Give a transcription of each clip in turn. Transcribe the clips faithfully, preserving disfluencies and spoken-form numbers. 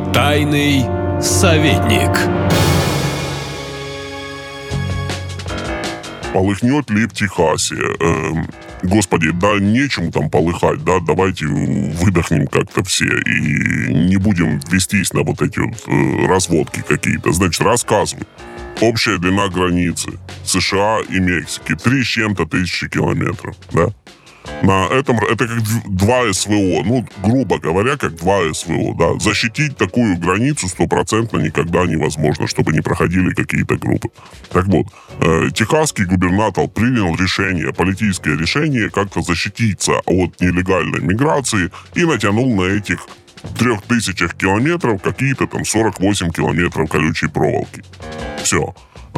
Тайный советник. Полыхнет ли в Техасе? Эм, господи, да нечем там полыхать, да, давайте выдохнем как-то все и не будем вестись на вот эти вот э, разводки какие-то. Значит, рассказывай. Общая длина границы США и Мексики три с чем-то тысячи километров, да? На этом, это как два СВО, ну, грубо говоря, как два СВО, да. Защитить такую границу стопроцентно никогда невозможно, чтобы не проходили какие-то группы. Так вот, э, техасский губернатор принял решение, политическое решение, как-то защититься от нелегальной миграции и натянул на этих трех тысячах километров какие-то там сорок восемь километров колючей проволоки. Все.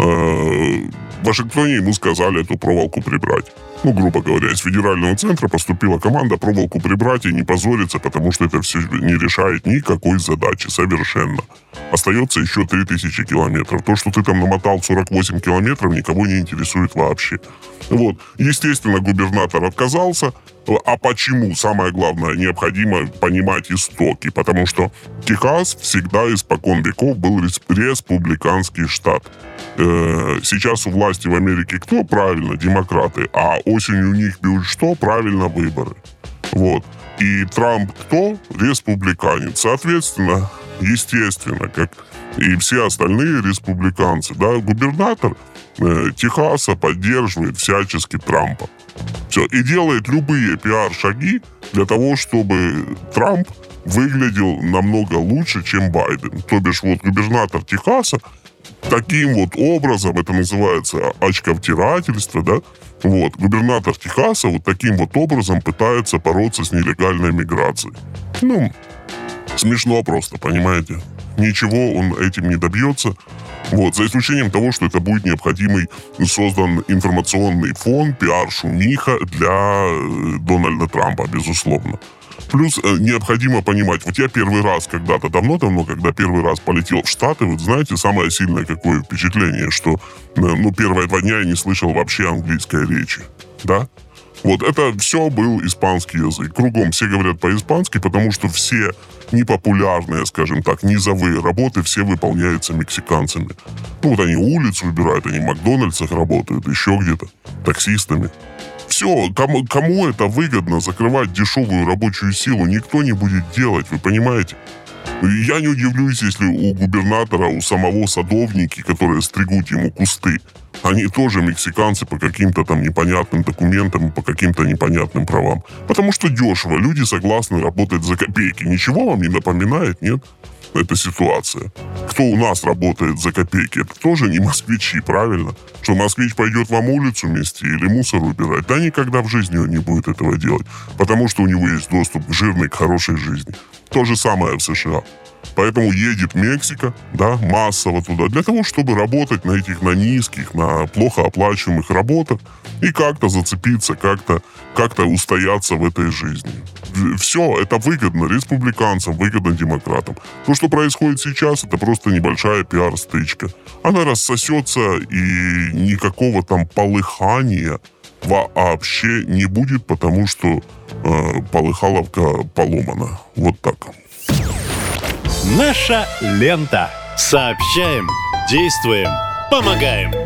Э, в Вашингтоне ему сказали эту проволоку прибрать. Ну, грубо говоря, из федерального центра поступила команда проволоку прибрать и не позориться, потому что это все не решает никакой задачи совершенно. Остается еще три тысячи километров. То, что ты там намотал сорок восемь километров, никого не интересует вообще. Вот. Естественно, губернатор отказался. А почему? Самое главное, необходимо понимать истоки, потому что Техас всегда испокон веков был республиканский штат. Сейчас у власти в Америке кто? Правильно, демократы. А осенью у них будет что? Правильно, выборы. Вот. И Трамп кто? Республиканец. Соответственно, естественно, как и все остальные республиканцы, да, губернатор э, Техаса поддерживает всячески Трампа. Все. И делает любые пиар-шаги для того, чтобы Трамп выглядел намного лучше, чем Байден. То бишь, вот губернатор Техаса таким вот образом, это называется очковтирательство, да, вот, губернатор Техаса вот таким вот образом пытается бороться с нелегальной миграцией. Ну, смешно просто, понимаете? Ничего он этим не добьется. Вот, за исключением того, что это будет необходимый создан информационный фон, пиар-шумиха для Дональда Трампа, безусловно. Плюс э, необходимо понимать, вот я первый раз когда-то, давно-давно, когда первый раз полетел в Штаты, вот знаете, самое сильное какое впечатление, что, э, ну, первые два дня я не слышал вообще английской речи, да? Вот это все был испанский язык. Кругом все говорят по-испански, потому что все непопулярные, скажем так, низовые работы все выполняются мексиканцами. Ну вот они улицу убирают, они в Макдональдсах работают, еще где-то, таксистами. Все, кому, кому это выгодно закрывать дешевую рабочую силу, никто не будет делать, вы понимаете? Я не удивлюсь, если у губернатора, у самого садовники, которые стригут ему кусты, они тоже мексиканцы по каким-то там непонятным документам, по каким-то непонятным правам. Потому что дешево, люди согласны работать за копейки. Ничего вам не напоминает, нет? Эта ситуация. Кто у нас работает за копейки, это тоже не москвичи, правильно? Что москвич пойдет вам улицу мести или мусор убирать? Да никогда в жизни он не будет этого делать, потому что у него есть доступ к жирной, к хорошей жизни. То же самое в США. Поэтому едет Мексика, да, массово туда, для того, чтобы работать на этих, на низких, на плохо оплачиваемых работах и как-то зацепиться, как-то, как-то устояться в этой жизни. Все, это выгодно республиканцам, выгодно демократам. То, что происходит сейчас, это просто небольшая пиар-стычка. Она рассосется, и никакого там полыхания вообще не будет, потому что э, полыхаловка поломана. Вот так. Наша лента. Сообщаем, действуем, помогаем.